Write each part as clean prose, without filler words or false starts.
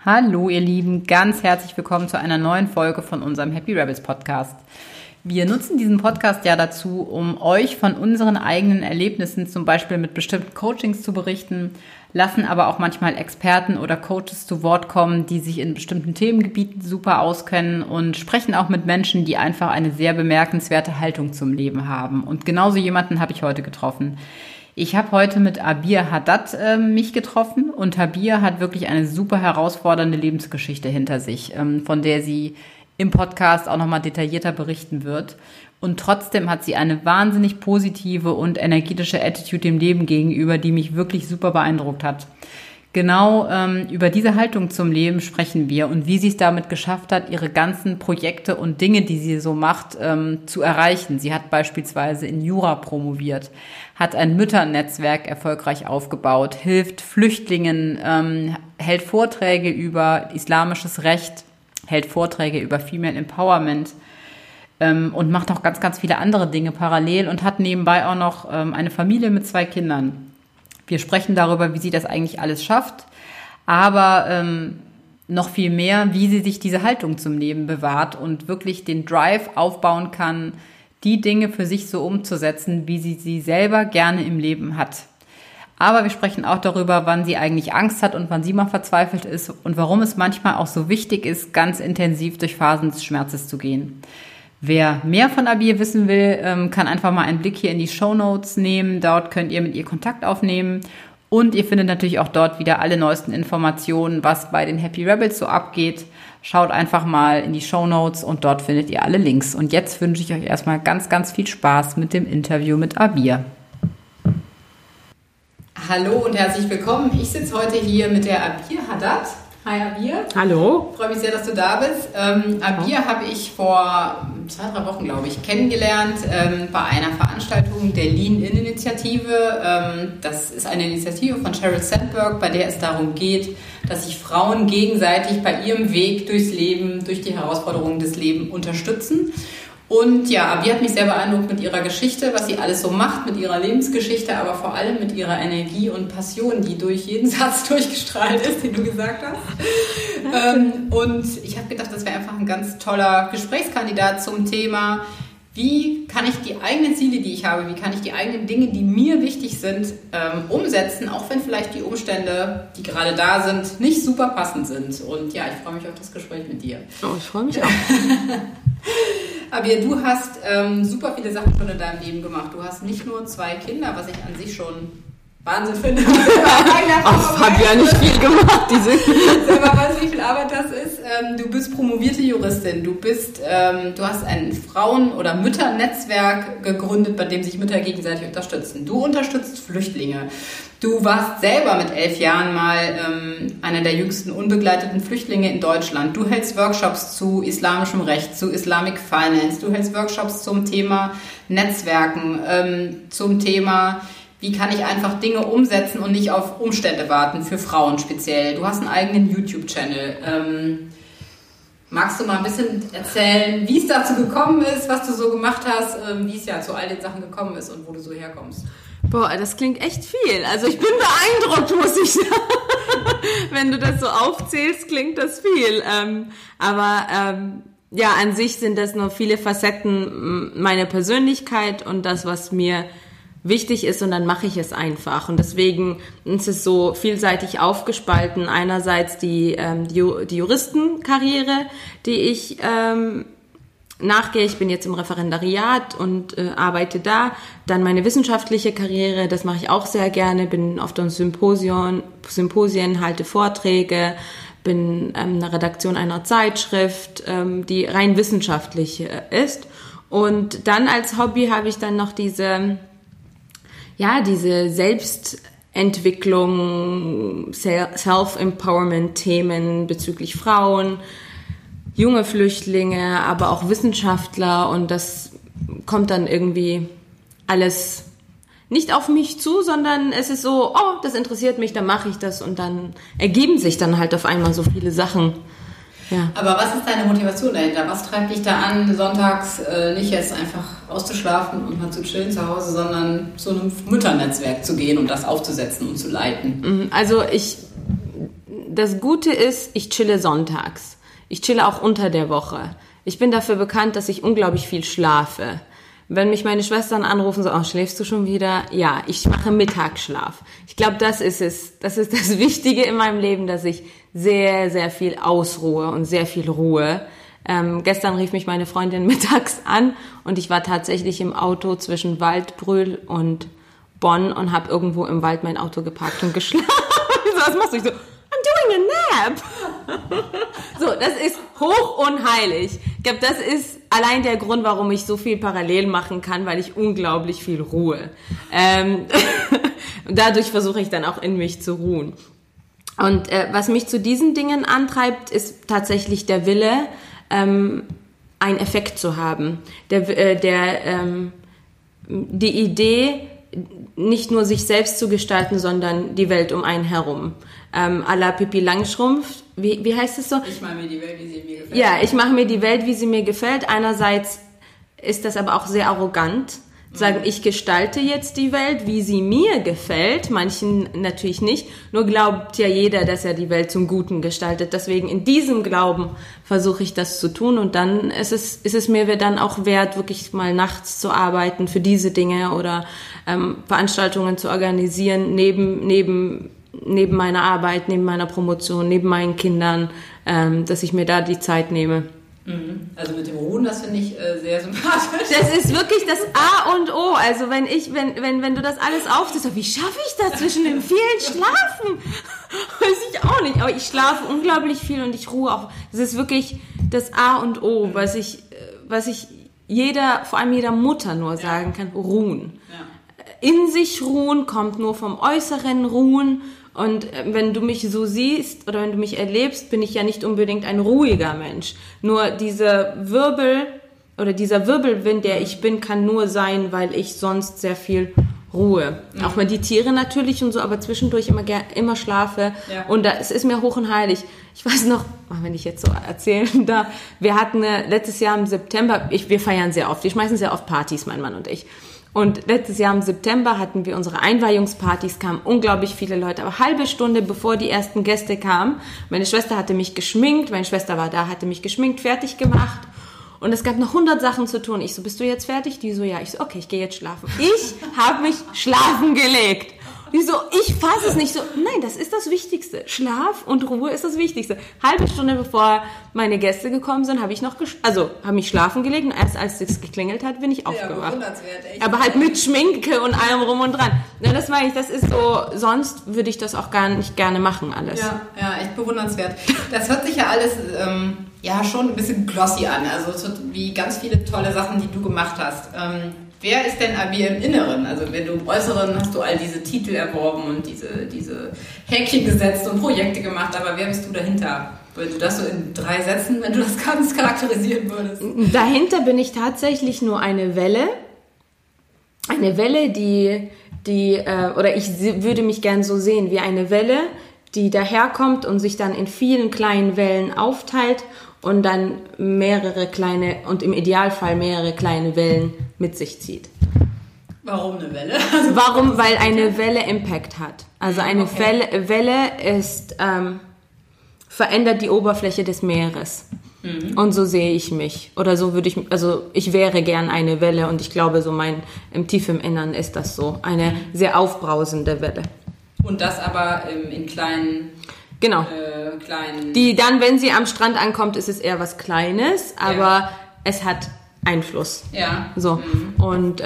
Hallo ihr Lieben, ganz herzlich willkommen zu einer neuen Folge von unserem Happy Rebels Podcast. Wir nutzen diesen Podcast ja dazu, um euch von unseren eigenen Erlebnissen zum Beispiel mit bestimmten Coachings zu berichten, lassen aber auch manchmal Experten oder Coaches zu Wort kommen, die sich in bestimmten Themengebieten super auskennen und sprechen auch mit Menschen, die einfach eine sehr bemerkenswerte Haltung zum Leben haben. Und genauso jemanden habe ich heute getroffen. Ich habe heute mit Abir Haddad mich getroffen und Abir hat wirklich eine super herausfordernde Lebensgeschichte hinter sich, von der sie im Podcast auch nochmal detaillierter berichten wird. Und trotzdem hat sie eine wahnsinnig positive und energetische Attitude dem Leben gegenüber, die mich wirklich super beeindruckt hat. Genau über diese Haltung zum Leben sprechen wir und wie sie es damit geschafft hat, ihre ganzen Projekte und Dinge, die sie so macht, zu erreichen. Sie hat beispielsweise in Jura promoviert, hat ein Mütternetzwerk erfolgreich aufgebaut, hilft Flüchtlingen, hält Vorträge über islamisches Recht, hält Vorträge über Female Empowerment und macht auch ganz, ganz viele andere Dinge parallel und hat nebenbei auch noch eine Familie mit 2 Kindern. Wir sprechen darüber, wie sie das eigentlich alles schafft, aber noch viel mehr, wie sie sich diese Haltung zum Leben bewahrt und wirklich den Drive aufbauen kann, die Dinge für sich so umzusetzen, wie sie selber gerne im Leben hat. Aber wir sprechen auch darüber, wann sie eigentlich Angst hat und wann sie mal verzweifelt ist und warum es manchmal auch so wichtig ist, ganz intensiv durch Phasen des Schmerzes zu gehen. Wer mehr von Abir wissen will, kann einfach mal einen Blick hier in die Shownotes nehmen. Dort könnt ihr mit ihr Kontakt aufnehmen. Und ihr findet natürlich auch dort wieder alle neuesten Informationen, was bei den Happy Rebels so abgeht. Schaut einfach mal in die Shownotes und dort findet ihr alle Links. Und jetzt wünsche ich euch erstmal ganz, ganz viel Spaß mit dem Interview mit Abir. Hallo und herzlich willkommen. Ich sitze heute hier mit der Abir Haddad. Hi Abir. Hallo. Ich freue mich sehr, dass du da bist. Abir habe ich vor 2-3 Wochen, glaube ich, kennengelernt bei einer Veranstaltung der Lean-In-Initiative. Das ist eine Initiative von Sheryl Sandberg, bei der es darum geht, dass sich Frauen gegenseitig bei ihrem Weg durchs Leben, durch die Herausforderungen des Lebens unterstützen. Und ja, Abir hat mich sehr beeindruckt mit ihrer Geschichte, was sie alles so macht, mit ihrer Lebensgeschichte, aber vor allem mit ihrer Energie und Passion, die durch jeden Satz durchgestrahlt ist, den du gesagt hast. Und ich habe gedacht, das wäre einfach ein ganz toller Gesprächskandidat zum Thema, wie kann ich die eigenen Ziele, die ich habe, wie kann ich die eigenen Dinge, die mir wichtig sind, umsetzen, auch wenn vielleicht die Umstände, die gerade da sind, nicht super passend sind. Und ja, ich freue mich auf das Gespräch mit dir. Oh, ich freue mich auch. Aber du hast super viele Sachen schon in deinem Leben gemacht. Du hast nicht nur 2 Kinder, was ich an sich schon Wahnsinn finde. Ach, hab ja nicht viel gemacht. Selber weißt du, wie viel Arbeit das ist. Du bist promovierte Juristin. Du hast ein Frauen- oder Mütternetzwerk gegründet, bei dem sich Mütter gegenseitig unterstützen. Du unterstützt Flüchtlinge. Du warst selber mit 11 Jahren mal einer der jüngsten unbegleiteten Flüchtlinge in Deutschland. Du hältst Workshops zu islamischem Recht, zu Islamic Finance. Du hältst Workshops zum Thema Netzwerken, zum Thema, wie kann ich einfach Dinge umsetzen und nicht auf Umstände warten, für Frauen speziell. Du hast einen eigenen YouTube-Channel. Magst du mal ein bisschen erzählen, wie es dazu gekommen ist, was du so gemacht hast, wie es ja zu all den Sachen gekommen ist und wo du so herkommst? Boah, das klingt echt viel. Also ich bin beeindruckt, muss ich sagen. Wenn du das so aufzählst, klingt das viel. Ja, an sich sind das nur viele Facetten meiner Persönlichkeit und das, was mir wichtig ist, und dann mache ich es einfach. Und deswegen ist es so vielseitig aufgespalten. Einerseits die Juristenkarriere, die ich nachgehe. Ich bin jetzt im Referendariat und arbeite da. Dann meine wissenschaftliche Karriere, das mache ich auch sehr gerne. Bin auf den Symposien, halte Vorträge, bin in der Redaktion einer Zeitschrift, die rein wissenschaftlich ist. Und dann als Hobby habe ich dann noch diese Selbstentwicklung, Self-Empowerment-Themen bezüglich Frauen, junge Flüchtlinge, aber auch Wissenschaftler, und das kommt dann irgendwie alles nicht auf mich zu, sondern es ist so, oh, das interessiert mich, dann mache ich das, und dann ergeben sich dann halt auf einmal so viele Sachen. Ja. Aber was ist deine Motivation dahinter? Was treibt dich da an, sonntags nicht jetzt einfach auszuschlafen und mal zu chillen zu Hause, sondern zu einem Mütternetzwerk zu gehen und das aufzusetzen und zu leiten? Also das Gute ist, ich chille sonntags. Ich chille auch unter der Woche. Ich bin dafür bekannt, dass ich unglaublich viel schlafe. Wenn mich meine Schwestern anrufen, so, schläfst du schon wieder? Ja, ich mache Mittagsschlaf. Ich glaube, das ist es. Das ist das Wichtige in meinem Leben, dass ich sehr, sehr viel ausruhe und sehr viel Ruhe. Gestern rief mich meine Freundin mittags an und ich war tatsächlich im Auto zwischen Waldbröl und Bonn und habe irgendwo im Wald mein Auto geparkt und geschlafen. So, was machst du? Ich so, I'm doing a nap. So, das ist hoch unheilig. Ich glaube, das ist allein der Grund, warum ich so viel parallel machen kann, weil ich unglaublich viel ruhe. Dadurch versuche ich dann auch in mich zu ruhen. Und was mich zu diesen Dingen antreibt, ist tatsächlich der Wille, einen Effekt zu haben. Die Idee, nicht nur sich selbst zu gestalten, sondern die Welt um einen herum. À la Pippi Langstrumpf, wie heißt es so? Ich mache mir die Welt, wie sie mir gefällt. Ja, ich mache mir die Welt, wie sie mir gefällt. Einerseits ist das aber auch sehr arrogant, sagen, ich gestalte jetzt die Welt, wie sie mir gefällt. Manchen natürlich nicht. Nur glaubt ja jeder, dass er die Welt zum Guten gestaltet. Deswegen in diesem Glauben versuche ich das zu tun. Und dann ist es mir dann auch wert, wirklich mal nachts zu arbeiten für diese Dinge oder Veranstaltungen zu organisieren neben meiner Arbeit, neben meiner Promotion, neben meinen Kindern, dass ich mir da die Zeit nehme. Also mit dem Ruhen, das finde ich sehr sympathisch. Das ist wirklich das A und O. Also wenn du das alles aufziehst, wie schaffe ich das zwischen den vielen Schlafen? Weiß ich auch nicht. Aber ich schlafe unglaublich viel und ich ruhe auch. Das ist wirklich das A und O, was ich vor allem jeder Mutter nur sagen kann. Ruhen. Ja. In sich ruhen kommt nur vom äußeren Ruhen. Und wenn du mich so siehst oder wenn du mich erlebst, bin ich ja nicht unbedingt ein ruhiger Mensch. Nur dieser Wirbelwind, der ich bin, kann nur sein, weil ich sonst sehr viel ruhe. Mhm. Auch wenn die Tiere natürlich und so, aber zwischendurch immer schlafe. Ja. Und es ist mir hoch und heilig. Ich weiß noch, wenn ich jetzt so erzählen darf, wir hatten letztes Jahr im September, wir feiern sehr oft, wir schmeißen sehr oft Partys, mein Mann und ich. Und letztes Jahr im September hatten wir unsere Einweihungspartys, kamen unglaublich viele Leute, aber halbe Stunde bevor die ersten Gäste kamen, meine Schwester hatte mich geschminkt, meine Schwester war da, hatte mich geschminkt, fertig gemacht und es gab noch 100 Sachen zu tun. Ich so, bist du jetzt fertig? Die so, ja. Ich so, okay, ich gehe jetzt schlafen. Ich habe mich schlafen gelegt. Die so, ich fasse es nicht so. Nein, das ist das Wichtigste. Schlaf und Ruhe ist das Wichtigste. Halbe Stunde bevor meine Gäste gekommen sind, habe ich habe mich schlafen gelegt und erst als es geklingelt hat, bin ich aufgewacht. Echt. Aber halt mit Schminke und allem rum und dran. Ja, das meine ich, das ist so, sonst würde ich das auch gar nicht gerne machen alles. Ja, echt bewundernswert. Das hört sich ja alles schon ein bisschen glossy an, also so wie ganz viele tolle Sachen, die du gemacht hast. Wer ist denn Abir im Inneren? Also wenn du im Äußeren hast du all diese Titel erworben und diese Häkchen gesetzt und Projekte gemacht, aber wer bist du dahinter? Wenn du das so in 3 Sätzen, wenn du das ganz charakterisieren würdest. Dahinter bin ich tatsächlich nur eine Welle. Eine Welle, oder ich würde mich gern so sehen wie eine Welle, die daherkommt und sich dann in vielen kleinen Wellen aufteilt und dann mehrere kleine und im Idealfall mehrere kleine Wellen mit sich zieht. Warum eine Welle? Warum? Weil eine Welle Impact hat. Also eine Welle ist verändert die Oberfläche des Meeres. Mhm. Und so sehe ich mich. Oder so würde ich wäre gern eine Welle und ich glaube, so tief im Innern ist das so. Eine sehr aufbrausende Welle. Und das aber in kleinen... Genau. Die dann, wenn sie am Strand ankommt, ist es eher was Kleines, aber es hat Einfluss. Ja. So. Mhm. Und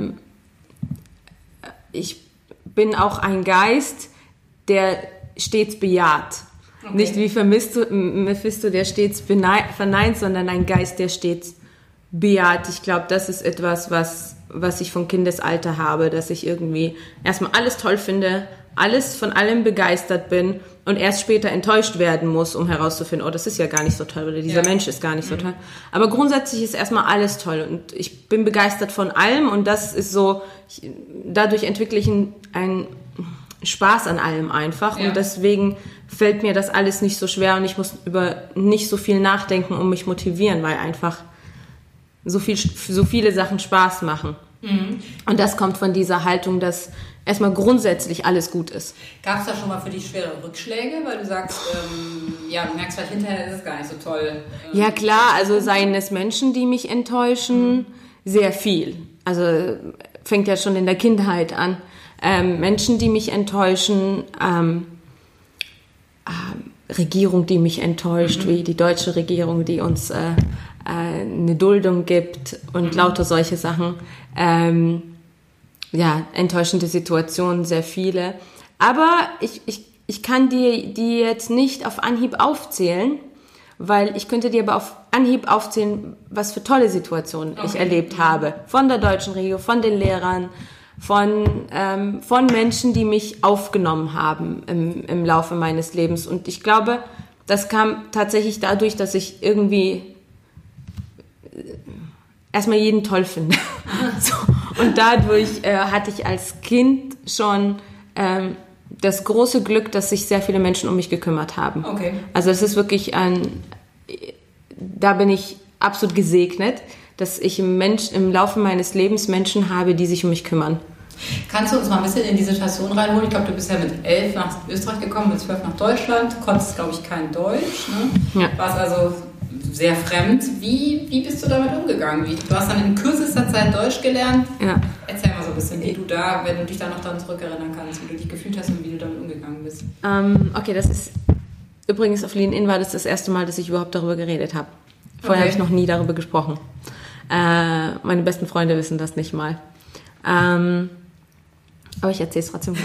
ich bin auch ein Geist, der stets bejaht. Okay. Nicht wie Mephisto, der stets verneint, sondern ein Geist, der stets bejaht. Ich glaube, das ist etwas, was ich von Kindesalter habe, dass ich irgendwie erstmal alles toll finde, von allem begeistert bin und erst später enttäuscht werden muss, um herauszufinden, das ist ja gar nicht so toll oder dieser Mensch ist gar nicht so toll. Aber grundsätzlich ist erstmal alles toll und ich bin begeistert von allem und das ist so, dadurch entwickle ich einen Spaß an allem einfach und deswegen fällt mir das alles nicht so schwer und ich muss über nicht so viel nachdenken, um mich motivieren, weil einfach so viele Sachen Spaß machen. Mhm. Und das kommt von dieser Haltung, dass erstmal grundsätzlich alles gut ist. Gab es da schon mal für dich schwere Rückschläge, weil du sagst, du merkst vielleicht hinterher, ist es gar nicht so toll. Ja klar, also seien es Menschen, die mich enttäuschen, sehr viel. Also fängt ja schon in der Kindheit an. Menschen, die mich enttäuschen, Regierung, die mich enttäuscht, wie die deutsche Regierung, die uns eine Duldung gibt und lauter solche Sachen. Enttäuschende Situationen, sehr viele. Aber ich kann dir die jetzt nicht auf Anhieb aufzählen, weil ich könnte dir aber auf Anhieb aufzählen, was für tolle Situationen ich erlebt habe. Von der deutschen Regierung, von den Lehrern, von Menschen, die mich aufgenommen haben im Laufe meines Lebens. Und ich glaube, das kam tatsächlich dadurch, dass ich irgendwie erstmal jeden toll finde. So. Und dadurch hatte ich als Kind schon das große Glück, dass sich sehr viele Menschen um mich gekümmert haben. Okay. Also es ist wirklich da bin ich absolut gesegnet, dass ich im Laufe meines Lebens Menschen habe, die sich um mich kümmern. Kannst du uns mal ein bisschen in die Situation reinholen? Ich glaube, du bist ja mit 11 nach Österreich gekommen, mit 12 nach Deutschland, konntest, glaube ich, kein Deutsch, ne? Ja. Warst also sehr fremd. Wie bist du damit umgegangen? Du hast dann in kürzester Zeit Deutsch gelernt. Ja. Erzähl mal so ein bisschen, wie du da, wenn du dich da noch daran zurückerinnern kannst, wie du dich gefühlt hast und wie du damit umgegangen bist. Okay, das ist übrigens auf LinkedIn war das erste Mal, dass ich überhaupt darüber geredet habe. Vorher habe ich noch nie darüber gesprochen. Meine besten Freunde wissen das nicht mal. Aber ich erzähle es trotzdem.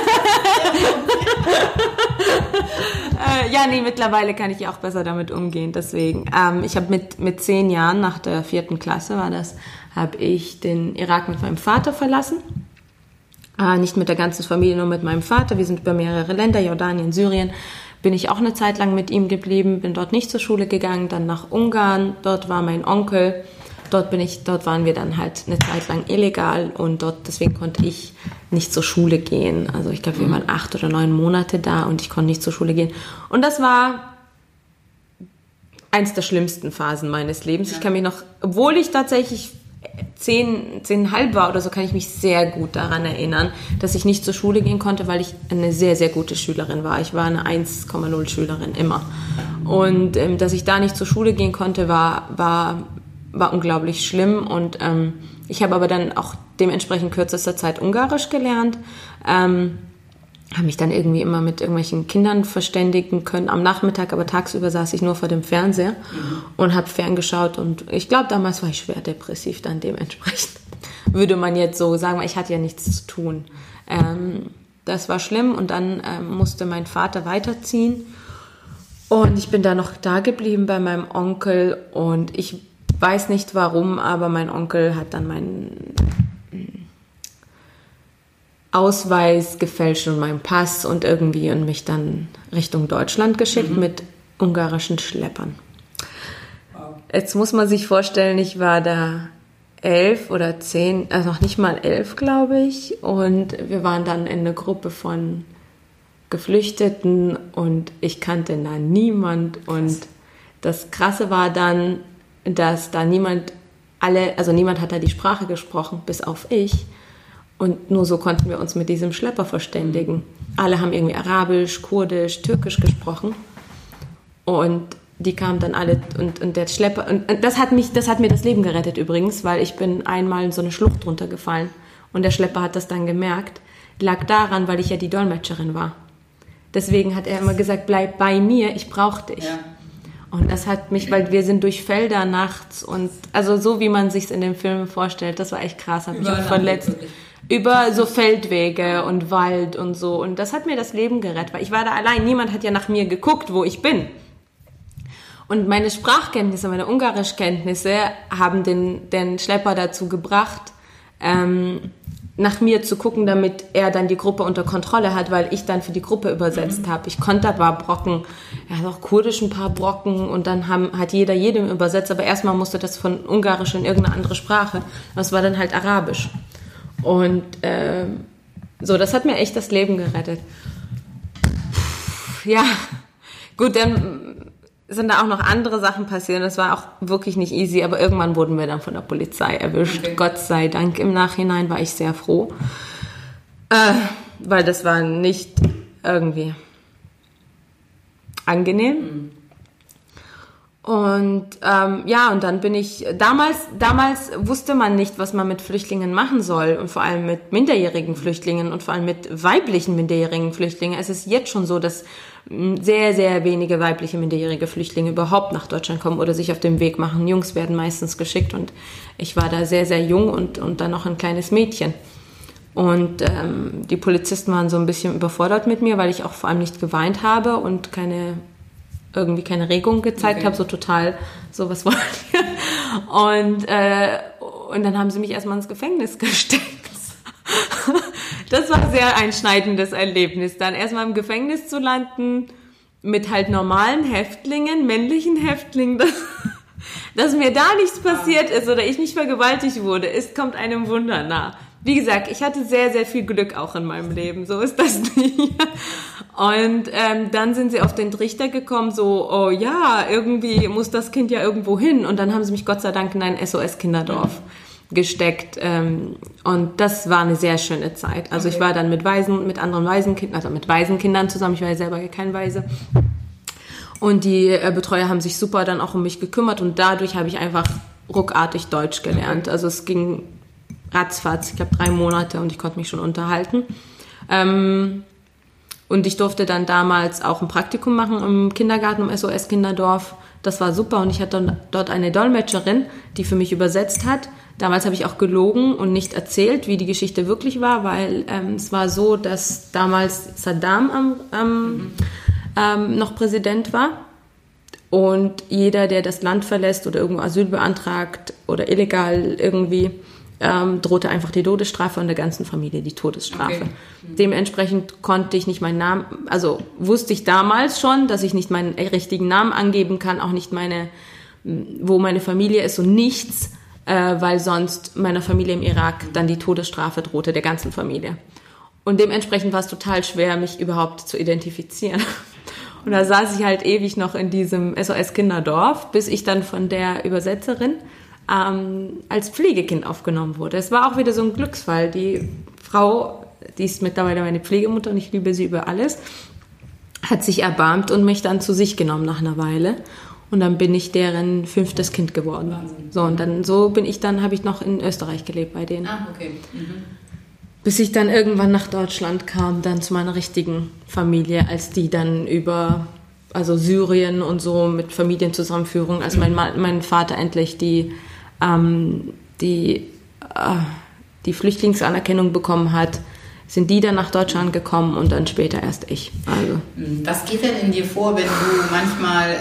Mittlerweile kann ich ja auch besser damit umgehen. Deswegen, ich habe mit 10 Jahren, nach der 4. Klasse war das, habe ich den Irak mit meinem Vater verlassen. Nicht mit der ganzen Familie, nur mit meinem Vater. Wir sind über mehrere Länder, Jordanien, Syrien. Bin ich auch eine Zeit lang mit ihm geblieben, bin dort nicht zur Schule gegangen, dann nach Ungarn. Dort war mein Onkel. Dort waren wir dann halt eine Zeit lang illegal und deswegen konnte ich nicht zur Schule gehen. Also ich glaube, wir waren 8 oder 9 Monate da und ich konnte nicht zur Schule gehen. Und das war eins der schlimmsten Phasen meines Lebens. Ja. Ich kann mich noch, obwohl ich tatsächlich 10,5 war oder so, kann ich mich sehr gut daran erinnern, dass ich nicht zur Schule gehen konnte, weil ich eine sehr, sehr gute Schülerin war. Ich war eine 1,0 Schülerin immer. Und dass ich da nicht zur Schule gehen konnte, war unglaublich schlimm und ich habe aber dann auch dementsprechend kürzester Zeit Ungarisch gelernt, habe mich dann irgendwie immer mit irgendwelchen Kindern verständigen können am Nachmittag, aber tagsüber saß ich nur vor dem Fernseher und habe ferngeschaut und ich glaube, damals war ich schwer depressiv dann dementsprechend. Würde man jetzt so sagen, ich hatte ja nichts zu tun. Das war schlimm und dann musste mein Vater weiterziehen und ich bin dann noch da geblieben bei meinem Onkel und ich weiß nicht warum, aber mein Onkel hat dann meinen Ausweis gefälscht und meinen Pass und mich dann Richtung Deutschland geschickt mit ungarischen Schleppern. Wow. Jetzt muss man sich vorstellen, ich war da 11 oder 10, also noch nicht mal 11, glaube ich. Und wir waren dann in einer Gruppe von Geflüchteten und ich kannte da niemand. Und das Krasse war dann, dass da niemand hat da die Sprache gesprochen, bis auf ich. Und nur so konnten wir uns mit diesem Schlepper verständigen. Alle haben irgendwie Arabisch, Kurdisch, Türkisch gesprochen. Und die kamen dann alle und der Schlepper, und das hat mir das Leben gerettet übrigens, weil ich bin einmal in so eine Schlucht runtergefallen und der Schlepper hat das dann gemerkt. Lag daran, weil ich ja die Dolmetscherin war. Deswegen hat er immer gesagt, bleib bei mir, ich brauche dich. Ja. Und das hat mich, weil wir sind durch Felder nachts und also so wie man sich's in den Filmen vorstellt, das war echt krass, hat mich auch verletzt. Über so Feldwege und Wald und so. Und das hat mir das Leben gerettet, weil ich war da allein. Niemand hat ja nach mir geguckt, wo ich bin. Und meine Sprachkenntnisse, meine Ungarischkenntnisse haben den Schlepper dazu gebracht, nach mir zu gucken, damit er dann die Gruppe unter Kontrolle hat, weil ich dann für die Gruppe übersetzt habe. Ich konnte ein paar Brocken, er hat auch Kurdisch ein paar Brocken und dann hat jeder jedem übersetzt, aber erstmal musste das von Ungarisch in irgendeine andere Sprache. Das war dann halt Arabisch. Und das hat mir echt das Leben gerettet. Ja, gut, dann sind da auch noch andere Sachen passiert. Das war auch wirklich nicht easy, aber irgendwann wurden wir dann von der Polizei erwischt. Okay. Gott sei Dank. Im Nachhinein war ich sehr froh. Weil das war nicht irgendwie angenehm. Und und dann bin ich, damals wusste man nicht, was man mit Flüchtlingen machen soll und vor allem mit minderjährigen Flüchtlingen und vor allem mit weiblichen minderjährigen Flüchtlingen. Es ist jetzt schon so, dass sehr, sehr wenige weibliche minderjährige Flüchtlinge überhaupt nach Deutschland kommen oder sich auf den Weg machen. Jungs werden meistens geschickt und ich war da sehr, sehr jung und dann noch ein kleines Mädchen. Und die Polizisten waren so ein bisschen überfordert mit mir, weil ich auch vor allem nicht geweint habe und keine Regung gezeigt habe, so total, so was wollt ihr? Und dann haben sie mich erstmal ins Gefängnis gesteckt. Das war ein sehr einschneidendes Erlebnis, dann erstmal im Gefängnis zu landen mit halt normalen Häftlingen, männlichen Häftlingen, dass mir da nichts passiert ist oder ich nicht vergewaltigt wurde, kommt einem Wunder nah. Wie gesagt, ich hatte sehr, sehr viel Glück auch in meinem Leben, so ist das nicht. Und dann sind sie auf den Trichter gekommen, so, oh ja, irgendwie muss das Kind ja irgendwo hin. Und dann haben sie mich Gott sei Dank in ein SOS-Kinderdorf gesteckt. Und das war eine sehr schöne Zeit. Also ich war dann mit anderen Waisenkindern, also mit Waisenkindern zusammen, ich war ja selber kein Waise. Und die Betreuer haben sich super dann auch um mich gekümmert und dadurch habe ich einfach ruckartig Deutsch gelernt. Also es ging ratzfatz, ich glaube 3 Monate und ich konnte mich schon unterhalten. Und ich durfte dann damals auch ein Praktikum machen im Kindergarten, im SOS-Kinderdorf. Das war super und ich hatte dort eine Dolmetscherin, die für mich übersetzt hat. Damals habe ich auch gelogen und nicht erzählt, wie die Geschichte wirklich war, weil es war so, dass damals Saddam noch Präsident war. Und jeder, der das Land verlässt oder irgendwo Asyl beantragt oder illegal irgendwie, drohte einfach die Todesstrafe und der ganzen Familie die Todesstrafe. Okay. Dementsprechend konnte ich nicht meinen Namen, also wusste ich damals schon, dass ich nicht meinen richtigen Namen angeben kann, auch nicht wo meine Familie ist und nichts, weil sonst meiner Familie im Irak dann die Todesstrafe drohte, der ganzen Familie. Und dementsprechend war es total schwer, mich überhaupt zu identifizieren. Und da saß ich halt ewig noch in diesem SOS-Kinderdorf, bis ich dann von der Übersetzerin als Pflegekind aufgenommen wurde. Es war auch wieder so ein Glücksfall. Die Frau, die ist mittlerweile meine Pflegemutter und ich liebe sie über alles, hat sich erbarmt und mich dann zu sich genommen nach einer Weile. Und dann bin ich deren 5. Kind geworden. Wahnsinn. So, und dann habe ich noch in Österreich gelebt bei denen. Ah, okay. Mhm. Bis ich dann irgendwann nach Deutschland kam, dann zu meiner richtigen Familie, als die dann über Syrien und so mit Familienzusammenführung, als mein Vater endlich die Flüchtlingsanerkennung bekommen hat, sind die dann nach Deutschland gekommen und dann später erst ich. Also. Was geht denn in dir vor, wenn du manchmal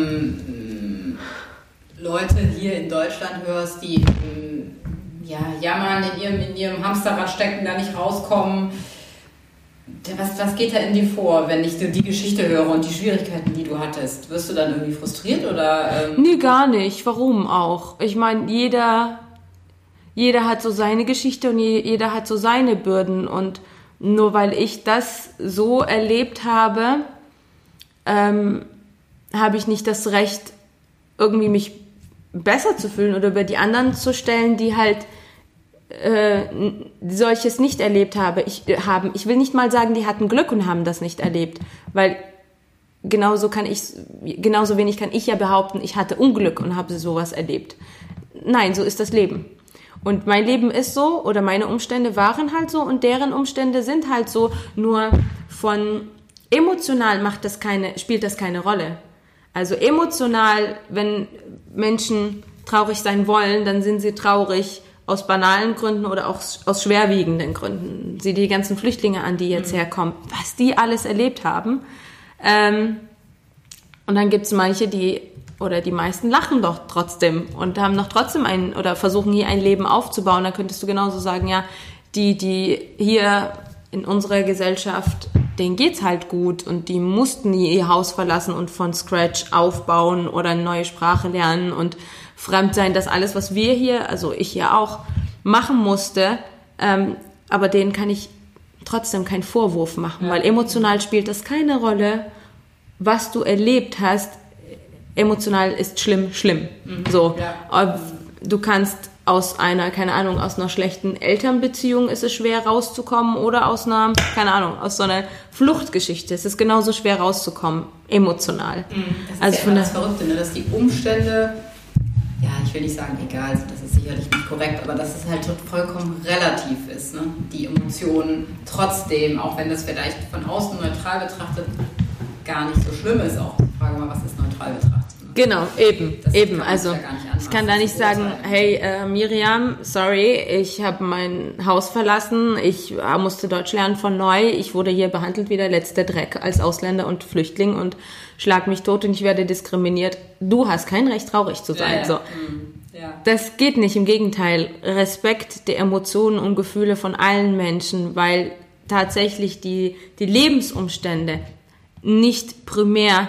Leute hier in Deutschland hörst, die jammern, in ihrem Hamsterrad stecken, da nicht rauskommen? Was geht da in dir vor, wenn ich die Geschichte höre und die Schwierigkeiten, die du hattest? Wirst du dann irgendwie frustriert oder? Nee, gar nicht. Warum auch? Ich meine, jeder hat so seine Geschichte und jeder hat so seine Bürden und nur weil ich das so erlebt habe, habe ich nicht das Recht, irgendwie mich besser zu fühlen oder über die anderen zu stellen, die halt solches nicht erlebt haben. Ich will nicht mal sagen, die hatten Glück und haben das nicht erlebt, weil genauso wenig kann ich ja behaupten, ich hatte Unglück und habe sowas erlebt. Nein, so ist das Leben. Und mein Leben ist so, oder meine Umstände waren halt so und deren Umstände sind halt so, nur von emotional spielt das keine Rolle. Also emotional, wenn Menschen traurig sein wollen, dann sind sie traurig aus banalen Gründen oder auch aus schwerwiegenden Gründen. Sieh die ganzen Flüchtlinge an, die jetzt herkommen, was die alles erlebt haben. Und dann gibt es manche, die meisten lachen doch trotzdem und haben noch trotzdem oder versuchen hier ein Leben aufzubauen. Da könntest du genauso sagen, ja, die hier in unserer Gesellschaft, denen geht's halt gut und die mussten nie ihr Haus verlassen und von Scratch aufbauen oder eine neue Sprache lernen und fremd sein, das alles, was wir hier, also ich ja auch, machen musste, aber denen kann ich trotzdem keinen Vorwurf machen, weil emotional spielt das keine Rolle, was du erlebt hast. Emotional ist schlimm. So, du kannst aus einer, keine Ahnung, aus einer schlechten Elternbeziehung ist es schwer rauszukommen oder aus einer, keine Ahnung, aus so einer Fluchtgeschichte. Es ist genauso schwer rauszukommen, emotional. Das ist also ja immer das Verrückte, ne? Dass die Umstände, ja, ich will nicht sagen egal sind, das ist sicherlich nicht korrekt, aber dass es halt vollkommen relativ ist, ne? Die Emotionen trotzdem, auch wenn das vielleicht von außen neutral betrachtet gar nicht so schlimm ist, auch die Frage mal, was ist neutral betrachtet? Genau, eben. Also ich kann da nicht sagen, hey Miriam, sorry, ich habe mein Haus verlassen, ich musste Deutsch lernen von neu, ich wurde hier behandelt wie der letzte Dreck als Ausländer und Flüchtling und schlag mich tot und ich werde diskriminiert. Du hast kein Recht, traurig zu sein. So. Ja. Das geht nicht, im Gegenteil. Respekt der Emotionen und Gefühle von allen Menschen, weil tatsächlich die Lebensumstände nicht primär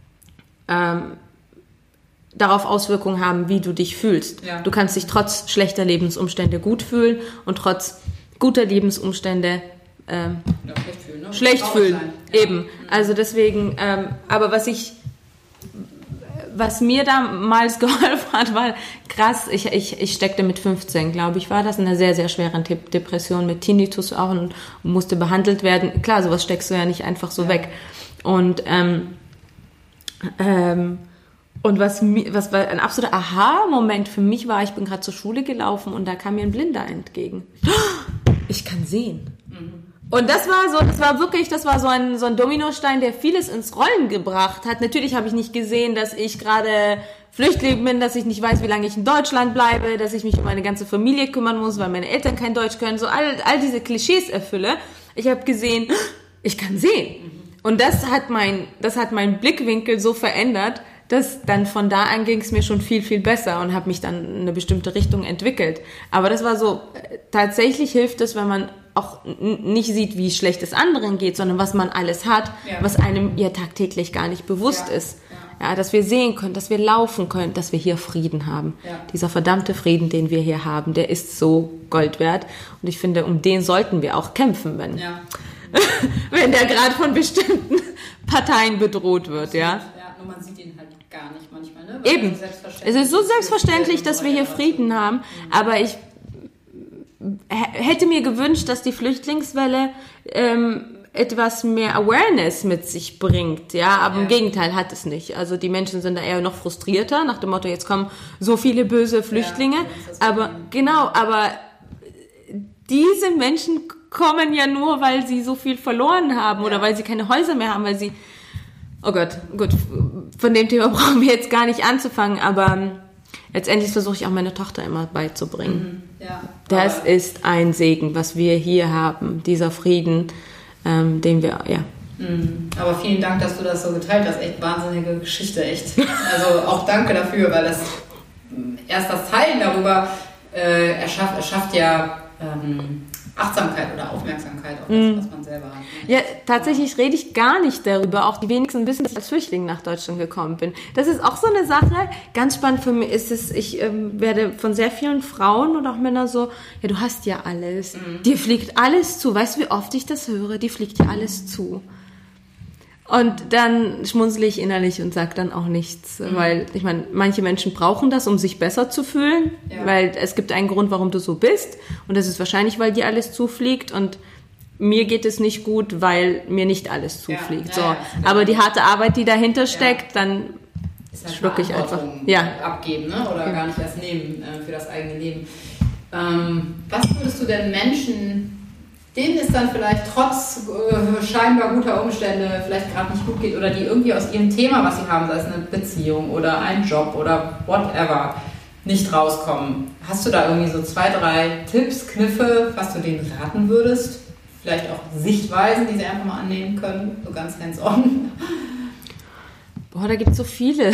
darauf Auswirkungen haben, wie du dich fühlst. Ja. Du kannst dich trotz schlechter Lebensumstände gut fühlen und trotz guter Lebensumstände schlecht fühlen. Ja. Eben. Also deswegen, aber was mir damals geholfen hat, war krass, ich steckte mit 15, glaube ich, war das in einer sehr, sehr schweren Depression mit Tinnitus auch und musste behandelt werden. Klar, sowas steckst du ja nicht einfach so weg. Und was war ein absoluter Aha-Moment für mich war, ich bin gerade zur Schule gelaufen und da kam mir ein Blinder entgegen. Ich kann sehen. Und das war so ein Dominostein, der vieles ins Rollen gebracht hat. Natürlich habe ich nicht gesehen, dass ich gerade Flüchtling bin, dass ich nicht weiß, wie lange ich in Deutschland bleibe, dass ich mich um meine ganze Familie kümmern muss, weil meine Eltern kein Deutsch können, so all diese Klischees erfülle. Ich habe gesehen, ich kann sehen. Und das hat meinen Blickwinkel so verändert, dass dann von da an ging es mir schon viel, viel besser und habe mich dann in eine bestimmte Richtung entwickelt. Aber das war so, tatsächlich hilft es, wenn man auch nicht sieht, wie schlecht es anderen geht, sondern was man alles hat, was einem ja tagtäglich gar nicht bewusst ist. Ja, dass wir sehen können, dass wir laufen können, dass wir hier Frieden haben. Ja. Dieser verdammte Frieden, den wir hier haben, der ist so Gold wert. Und ich finde, um den sollten wir auch kämpfen, wenn der gerade von bestimmten Parteien bedroht wird. Ja, nur man sieht ihn halt gar nicht manchmal. Ne? Eben. Es ist so selbstverständlich, dass wir hier Frieden haben, aber ich hätte mir gewünscht, dass die Flüchtlingswelle etwas mehr Awareness mit sich bringt, ja, aber im Gegenteil hat es nicht. Also die Menschen sind da eher noch frustrierter, nach dem Motto, jetzt kommen so viele böse Flüchtlinge, aber diese Menschen kommen ja nur, weil sie so viel verloren haben oder weil sie keine Häuser mehr haben, weil sie, oh Gott, gut, von dem Thema brauchen wir jetzt gar nicht anzufangen, aber letztendlich versuche ich auch meine Tochter immer beizubringen. Das ist ein Segen, was wir hier haben, dieser Frieden, den wir, Aber vielen Dank, dass du das so geteilt hast. Echt wahnsinnige Geschichte, echt. Also auch danke dafür, weil das erst das Teilen darüber erschafft ja Achtsamkeit oder Aufmerksamkeit auf das, was man selber hat. Ja, tatsächlich rede ich gar nicht darüber. Auch die wenigsten wissen, dass ich als Flüchtling nach Deutschland gekommen bin. Das ist auch so eine Sache. Ganz spannend für mich ist es, ich werde von sehr vielen Frauen und auch Männern so, ja, du hast ja alles. Dir fliegt alles zu. Weißt du, wie oft ich das höre? Dir fliegt ja alles zu. Und dann schmunzle ich innerlich und sage dann auch nichts, weil ich meine, manche Menschen brauchen das, um sich besser zu fühlen, weil es gibt einen Grund, warum du so bist und das ist wahrscheinlich, weil dir alles zufliegt und mir geht es nicht gut, weil mir nicht alles zufliegt. Aber die harte Arbeit, die dahinter steckt, dann halt schlucke ich einfach. Abgeben, ne? Oder gar nicht erst nehmen für das eigene Leben. Was würdest du denn Menschen, denen es dann vielleicht trotz scheinbar guter Umstände vielleicht gerade nicht gut geht oder die irgendwie aus ihrem Thema, was sie haben, sei es eine Beziehung oder ein Job oder whatever, nicht rauskommen. Hast du da irgendwie so 2, 3 Tipps, Kniffe, was du denen raten würdest? Vielleicht auch Sichtweisen, die sie einfach mal annehmen können, so ganz hands-on? Boah, da gibt es so vieles.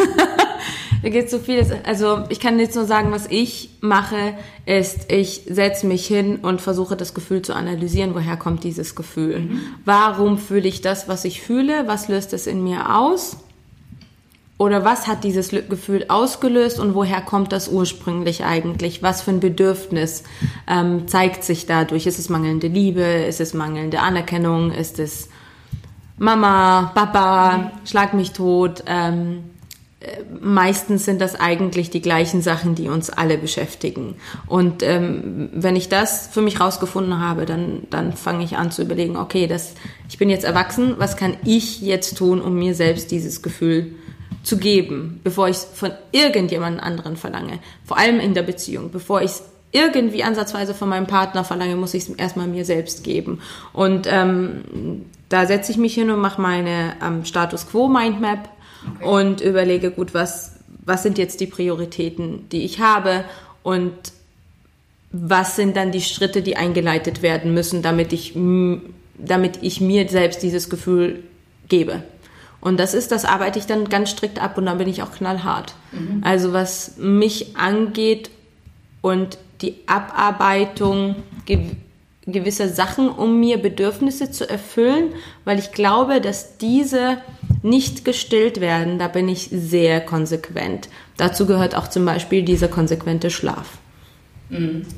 Also ich kann jetzt nur sagen, was ich mache, ist, ich setze mich hin und versuche das Gefühl zu analysieren, woher kommt dieses Gefühl. Warum fühle ich das, was ich fühle? Was löst es in mir aus? Oder was hat dieses Gefühl ausgelöst und woher kommt das ursprünglich eigentlich? Was für ein Bedürfnis zeigt sich dadurch? Ist es mangelnde Liebe? Ist es mangelnde Anerkennung? Ist es Mama, Papa, schlag mich tot? meistens sind das eigentlich die gleichen Sachen, die uns alle beschäftigen. Und wenn ich das für mich rausgefunden habe, dann fange ich an zu überlegen, okay, ich bin jetzt erwachsen, was kann ich jetzt tun, um mir selbst dieses Gefühl zu geben, bevor ich es von irgendjemand anderen verlange. Vor allem in der Beziehung. Bevor ich es irgendwie ansatzweise von meinem Partner verlange, muss ich es erstmal mir selbst geben. Und da setze ich mich hin und mache meine Status Quo Mindmap. Okay. Und überlege, gut, was sind jetzt die Prioritäten, die ich habe und was sind dann die Schritte, die eingeleitet werden müssen, damit ich mir selbst dieses Gefühl gebe. Und das arbeite ich dann ganz strikt ab und dann bin ich auch knallhart. Mhm. Also was mich angeht und die Abarbeitung gewisser Sachen, um mir Bedürfnisse zu erfüllen, weil ich glaube, dass diese nicht gestillt werden, da bin ich sehr konsequent. Dazu gehört auch zum Beispiel dieser konsequente Schlaf. Mhm.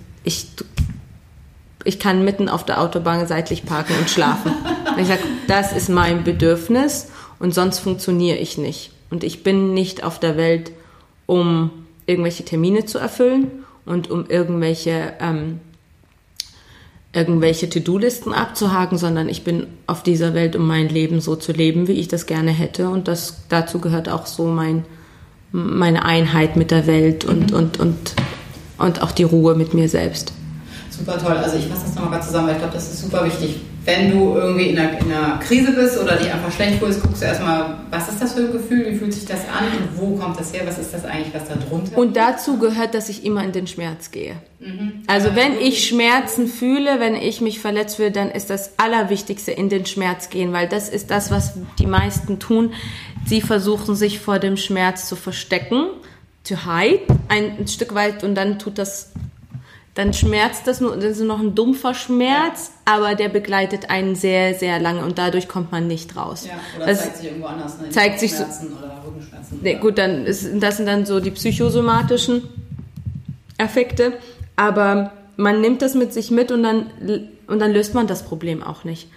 Ich kann mitten auf der Autobahn seitlich parken und schlafen. Ich sage, das ist mein Bedürfnis und sonst funktioniere ich nicht. Und ich bin nicht auf der Welt, um irgendwelche Termine zu erfüllen und um irgendwelche To-Do-Listen abzuhaken, sondern ich bin auf dieser Welt, um mein Leben so zu leben, wie ich das gerne hätte. Und dazu gehört auch so meine Einheit mit der Welt und auch die Ruhe mit mir selbst. Super toll. Also ich fasse das nochmal zusammen, weil ich glaube, das ist super wichtig. Wenn du irgendwie in einer Krise bist oder dich einfach schlecht fühlst, guckst du erstmal, was ist das für ein Gefühl, wie fühlt sich das an und wo kommt das her, was ist das eigentlich, was da drunter ist? Und dazu gehört, dass ich immer in den Schmerz gehe. Mhm. Also wenn ich Schmerzen fühle, wenn ich mich verletzt fühle, dann ist das Allerwichtigste in den Schmerz gehen, weil das ist das, was die meisten tun. Sie versuchen sich vor dem Schmerz zu verstecken, to hide, ein Stück weit und dann dann schmerzt das nur, das ist noch ein dumpfer Schmerz, aber der begleitet einen sehr, sehr lange und dadurch kommt man nicht raus. Ja, oder das zeigt sich irgendwo anders, ne? Zeigt sich Schmerzen oder Rückenschmerzen. Nee, gut, das sind dann so die psychosomatischen Effekte, aber man nimmt das mit sich mit und dann löst man das Problem auch nicht.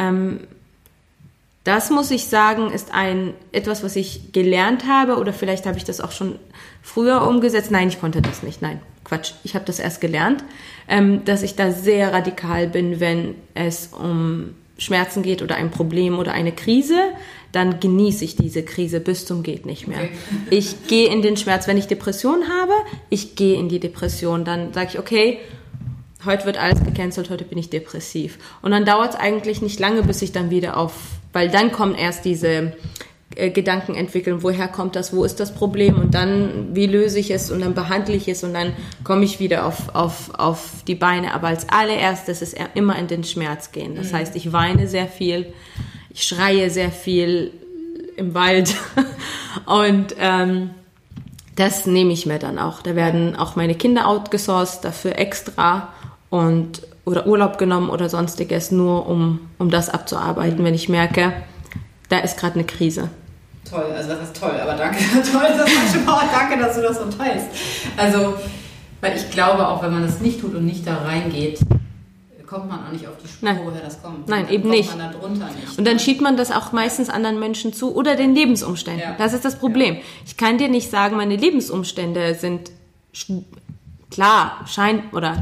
Das muss ich sagen, ist etwas, was ich gelernt habe oder vielleicht habe ich das auch schon früher umgesetzt. Nein, ich konnte das nicht. Nein, Quatsch. Ich habe das erst gelernt, dass ich da sehr radikal bin, wenn es um Schmerzen geht oder ein Problem oder eine Krise. Dann genieße ich diese Krise bis zum geht nicht mehr. Okay. Ich gehe in den Schmerz. Wenn ich Depression habe, ich gehe in die Depression. Dann sage ich, okay, heute wird alles gecancelt, heute bin ich depressiv. Und dann dauert es eigentlich nicht lange, bis ich dann wieder weil dann kommen erst diese Gedanken entwickeln, woher kommt das, wo ist das Problem und dann, wie löse ich es und dann behandle ich es und dann komme ich wieder auf die Beine. Aber als allererstes ist immer in den Schmerz gehen. Das heißt, ich weine sehr viel, ich schreie sehr viel im Wald und das nehme ich mir dann auch. Da werden auch meine Kinder outgesourced, dafür extra oder Urlaub genommen oder sonstiges, nur um das abzuarbeiten, wenn ich merke, da ist gerade eine Krise. Toll, also das ist toll, aber danke, toll, danke, dass du das so teilst. Also, weil ich glaube auch, wenn man das nicht tut und nicht da reingeht, kommt man auch nicht auf die Spur, woher das kommt. Nein, eben nicht. Man da drunter nicht. Und dann schiebt man das auch meistens anderen Menschen zu oder den Lebensumständen. Ja. Das ist das Problem. Ja. Ich kann dir nicht sagen, meine Lebensumstände sind klar, oder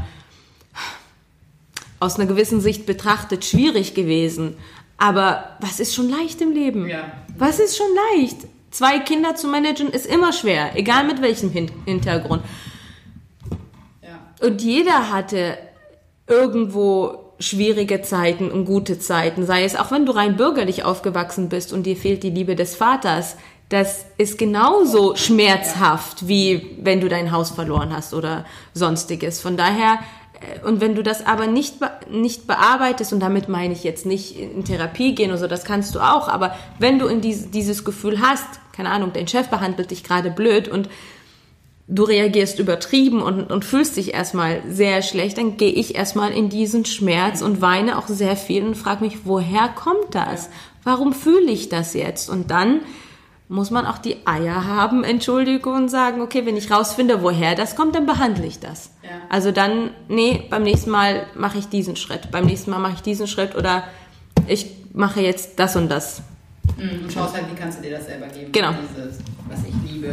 aus einer gewissen Sicht betrachtet schwierig gewesen. Aber was ist schon leicht im Leben? Ja. Was ist schon leicht? 2 Kinder zu managen ist immer schwer, egal mit welchem Hintergrund. Ja. Und jeder hatte irgendwo schwierige Zeiten und gute Zeiten. Sei es auch, wenn du rein bürgerlich aufgewachsen bist und dir fehlt die Liebe des Vaters. Das ist genauso schmerzhaft, wie wenn du dein Haus verloren hast oder sonstiges. Von daher... Und wenn du das aber nicht bearbeitest, und damit meine ich jetzt nicht in Therapie gehen oder so, das kannst du auch, aber wenn du dieses Gefühl hast, keine Ahnung, dein Chef behandelt dich gerade blöd und du reagierst übertrieben und fühlst dich erstmal sehr schlecht, dann gehe ich erstmal in diesen Schmerz und weine auch sehr viel und frage mich, woher kommt das? Warum fühle ich das jetzt? Und dann muss man auch die Eier haben, Entschuldigung, und sagen, okay, wenn ich rausfinde, woher das kommt, dann behandle ich das. Ja. Also dann, beim nächsten Mal mache ich diesen Schritt, beim nächsten Mal mache ich diesen Schritt oder ich mache jetzt das und das. Und schaust halt, wie kannst du dir das selber geben? Genau. Was ich liebe.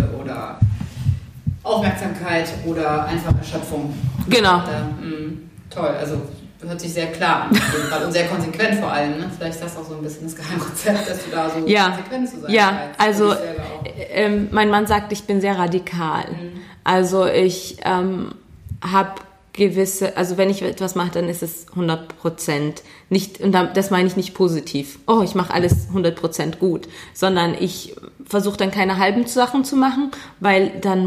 Aufmerksamkeit oder einfach Erschöpfung. Genau. Toll, also hört sich sehr klar an auf jeden Fall und sehr konsequent vor allem. Ne? Vielleicht ist das auch so ein bisschen das Geheimrezept, dass du da so konsequent zu sein also mein Mann sagt, ich bin sehr radikal. Also ich habe gewisse, also wenn ich etwas mache, dann ist es 100%. Nicht, und das meine ich nicht positiv. Oh, ich mache alles 100% gut, sondern ich versuche dann keine halben Sachen zu machen, weil dann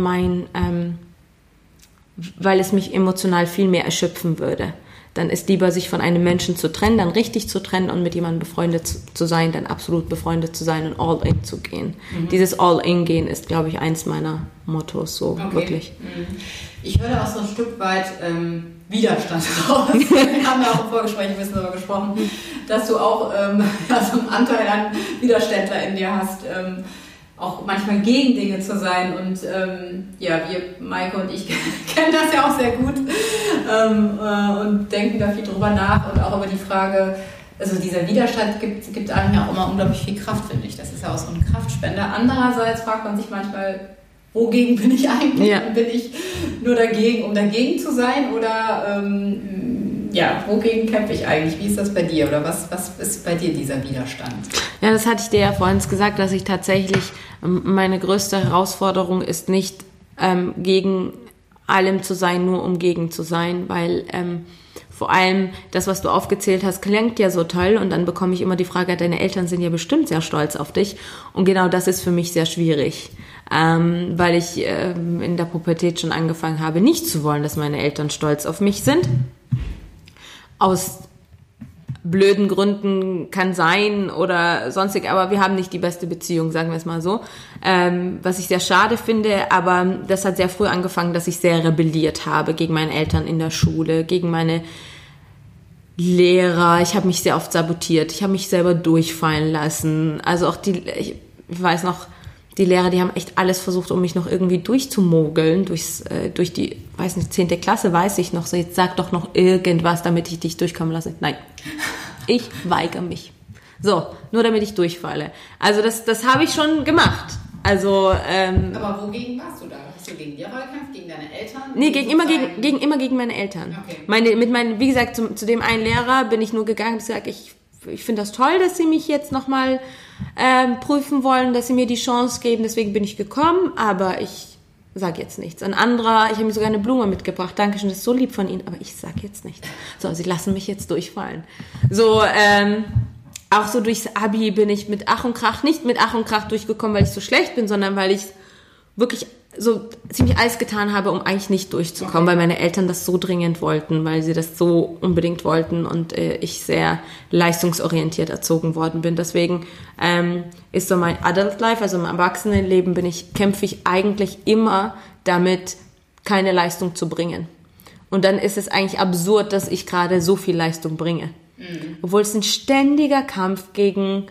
weil es mich emotional viel mehr erschöpfen würde. Dann ist lieber, sich von einem Menschen zu trennen, dann richtig zu trennen und mit jemandem befreundet zu sein, dann absolut befreundet zu sein und all in zu gehen. Dieses All-in-Gehen ist, glaube ich, eins meiner Mottos, so wirklich. Ich höre auch so ein Stück weit Widerstand raus. Wir haben ja auch im Vorgespräch ein bisschen darüber gesprochen, dass du auch so einen Anteil an Widerständler in dir hast, auch manchmal gegen Dinge zu sein. Und wir, Maike und ich, kennen das ja auch sehr gut und denken da viel drüber nach und auch über die Frage, also dieser Widerstand gibt einem ja auch immer unglaublich viel Kraft, finde ich. Das ist ja auch so ein Kraftspender. Andererseits fragt man sich manchmal, wogegen bin ich eigentlich? Ja. Bin ich nur dagegen, um dagegen zu sein? Oder wogegen kämpfe ich eigentlich? Wie ist das bei dir? Oder was ist bei dir dieser Widerstand? Ja, das hatte ich dir ja vorhin gesagt, dass ich tatsächlich, meine größte Herausforderung ist nicht gegen allem zu sein, nur um gegen zu sein, weil vor allem das, was du aufgezählt hast, klingt ja so toll und dann bekomme ich immer die Frage, deine Eltern sind ja bestimmt sehr stolz auf dich und genau das ist für mich sehr schwierig, weil ich in der Pubertät schon angefangen habe, nicht zu wollen, dass meine Eltern stolz auf mich sind. Aus blöden Gründen kann sein oder sonstig, aber wir haben nicht die beste Beziehung, sagen wir es mal so. Was ich sehr schade finde, aber das hat sehr früh angefangen, dass ich sehr rebelliert habe gegen meine Eltern in der Schule, gegen meine Lehrer. Ich habe mich sehr oft sabotiert, ich habe mich selber durchfallen lassen. Also auch ich weiß noch, die Lehrer, die haben echt alles versucht, um mich noch irgendwie durchzumogeln, durch die, weiß nicht, 10. Klasse weiß ich noch, so jetzt sag doch noch irgendwas, damit ich dich durchkommen lasse. Nein, ich weigere mich. So, nur damit ich durchfalle. Also das habe ich schon gemacht. Also, aber wogegen warst du da? Hast du gegen Lehrer gekämpft, gegen deine Eltern? Nee, immer gegen meine Eltern. Okay. Wie gesagt, zu dem einen Lehrer bin ich nur gegangen und gesagt, ich finde das toll, dass sie mich jetzt nochmal prüfen wollen, dass sie mir die Chance geben, deswegen bin ich gekommen, aber ich sage jetzt nichts. Ein anderer, ich habe mir sogar eine Blume mitgebracht, Dankeschön, das ist so lieb von Ihnen, aber ich sage jetzt nichts. So, sie lassen mich jetzt durchfallen. So, auch so durchs Abi bin ich nicht mit Ach und Krach durchgekommen, weil ich so schlecht bin, sondern weil ich wirklich so ziemlich alles getan habe, um eigentlich nicht durchzukommen, weil meine Eltern das so dringend wollten, weil sie das so unbedingt wollten und ich sehr leistungsorientiert erzogen worden bin. Deswegen ist so mein Adult Life, also im Erwachsenenleben kämpfe ich eigentlich immer damit, keine Leistung zu bringen. Und dann ist es eigentlich absurd, dass ich gerade so viel Leistung bringe. Obwohl es ein ständiger Kampf gegen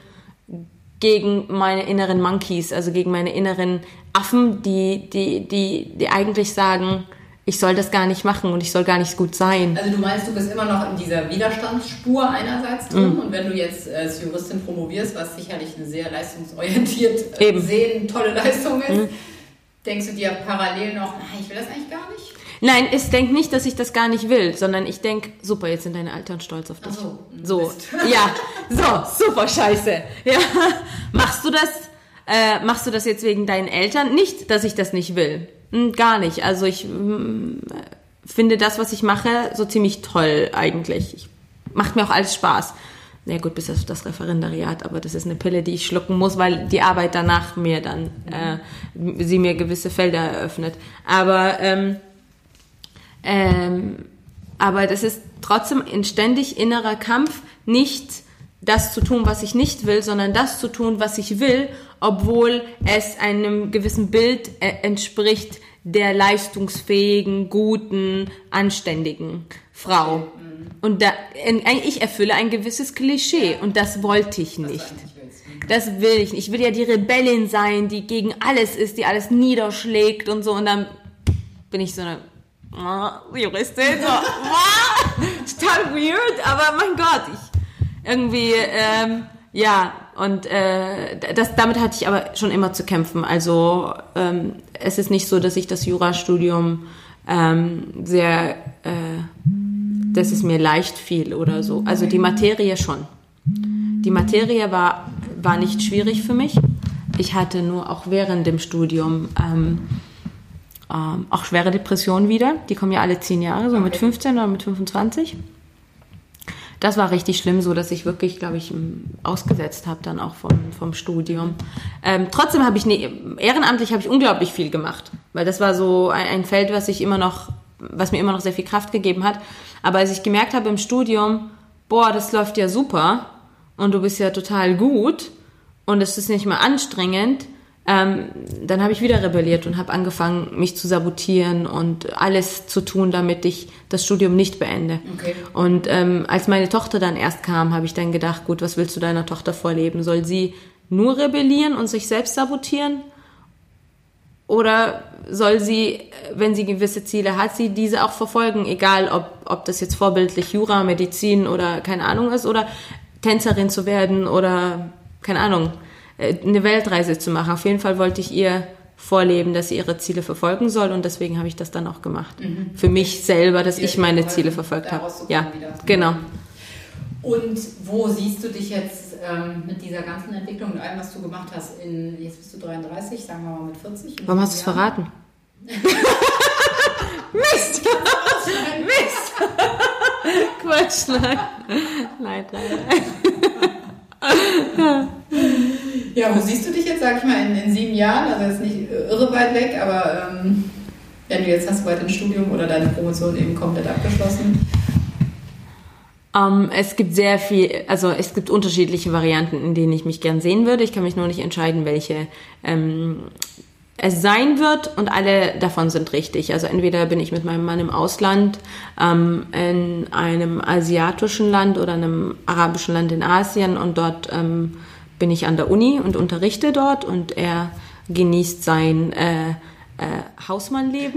meine inneren Monkeys, also gegen meine inneren Affen, die eigentlich sagen, ich soll das gar nicht machen und ich soll gar nicht gut sein. Also du meinst, du bist immer noch in dieser Widerstandsspur einerseits drin und wenn du jetzt als Juristin promovierst, was sicherlich eine sehr leistungsorientiert sehen, tolle Leistung ist, denkst du dir parallel noch, ich will das eigentlich gar nicht? Nein, ich denke nicht, dass ich das gar nicht will, sondern ich denke, super, jetzt sind deine Eltern stolz auf dich. So, super scheiße. Ja. Machst du das jetzt wegen deinen Eltern? Nicht, dass ich das nicht will. Gar nicht. Also ich finde das, was ich mache, so ziemlich toll eigentlich. Macht mir auch alles Spaß. Na gut, bis auf das Referendariat, aber das ist eine Pille, die ich schlucken muss, weil die Arbeit danach mir dann, sie mir gewisse Felder eröffnet. Aber das ist trotzdem ein ständig innerer Kampf, nicht das zu tun, was ich nicht will, sondern das zu tun, was ich will, obwohl es einem gewissen Bild entspricht der leistungsfähigen, guten, anständigen Frau. Und ich erfülle ein gewisses Klischee und das wollte ich nicht. Das will ich nicht. Ich will ja die Rebellin sein, die gegen alles ist, die alles niederschlägt und so und dann bin ich so eine Juristin, so, total weird, aber mein Gott, Ja, und damit hatte ich aber schon immer zu kämpfen. Also es ist nicht so, dass ich das Jurastudium dass es mir leicht fiel oder so. Also die Materie schon. Die Materie war nicht schwierig für mich. Ich hatte nur auch während dem Studium auch schwere Depressionen wieder. Die kommen ja alle 10 Jahre, so mit 15 oder mit 25. Das war richtig schlimm, so dass ich wirklich, glaube ich, ausgesetzt habe dann auch vom Studium. Trotzdem habe ich ehrenamtlich habe ich unglaublich viel gemacht, weil das war so ein Feld, was mir immer noch sehr viel Kraft gegeben hat. Aber als ich gemerkt habe im Studium, das läuft ja super und du bist ja total gut und es ist nicht mehr anstrengend, dann habe ich wieder rebelliert und habe angefangen, mich zu sabotieren und alles zu tun, damit ich das Studium nicht beende. Okay. Und als meine Tochter dann erst kam, habe ich dann gedacht, gut, was willst du deiner Tochter vorleben? Soll sie nur rebellieren und sich selbst sabotieren? Oder soll sie, wenn sie gewisse Ziele hat, sie diese auch verfolgen, egal ob das jetzt vorbildlich Jura, Medizin oder keine Ahnung ist, oder Tänzerin zu werden oder keine Ahnung, eine Weltreise zu machen. Auf jeden Fall wollte ich ihr vorleben, dass sie ihre Ziele verfolgen soll und deswegen habe ich das dann auch gemacht. Für mich selber, dass ich meine Ziele verfolgt habe. Ja, genau. Und wo siehst du dich jetzt mit dieser ganzen Entwicklung und allem, was du gemacht hast? Jetzt bist du 33, sagen wir mal mit 40. Warum hast du es verraten? Mist! Mist! Quatsch, nein. Nein. Ja, wo siehst du dich jetzt, sag ich mal, in 7 Jahren? Also jetzt nicht irre weit weg, aber wenn du jetzt hast du bald ein Studium oder deine Promotion eben komplett abgeschlossen? Es gibt es gibt unterschiedliche Varianten, in denen ich mich gern sehen würde. Ich kann mich nur nicht entscheiden, welche es sein wird und alle davon sind richtig. Also entweder bin ich mit meinem Mann im Ausland, in einem asiatischen Land oder einem arabischen Land in Asien und dort bin ich an der Uni und unterrichte dort und er genießt sein Hausmannleben.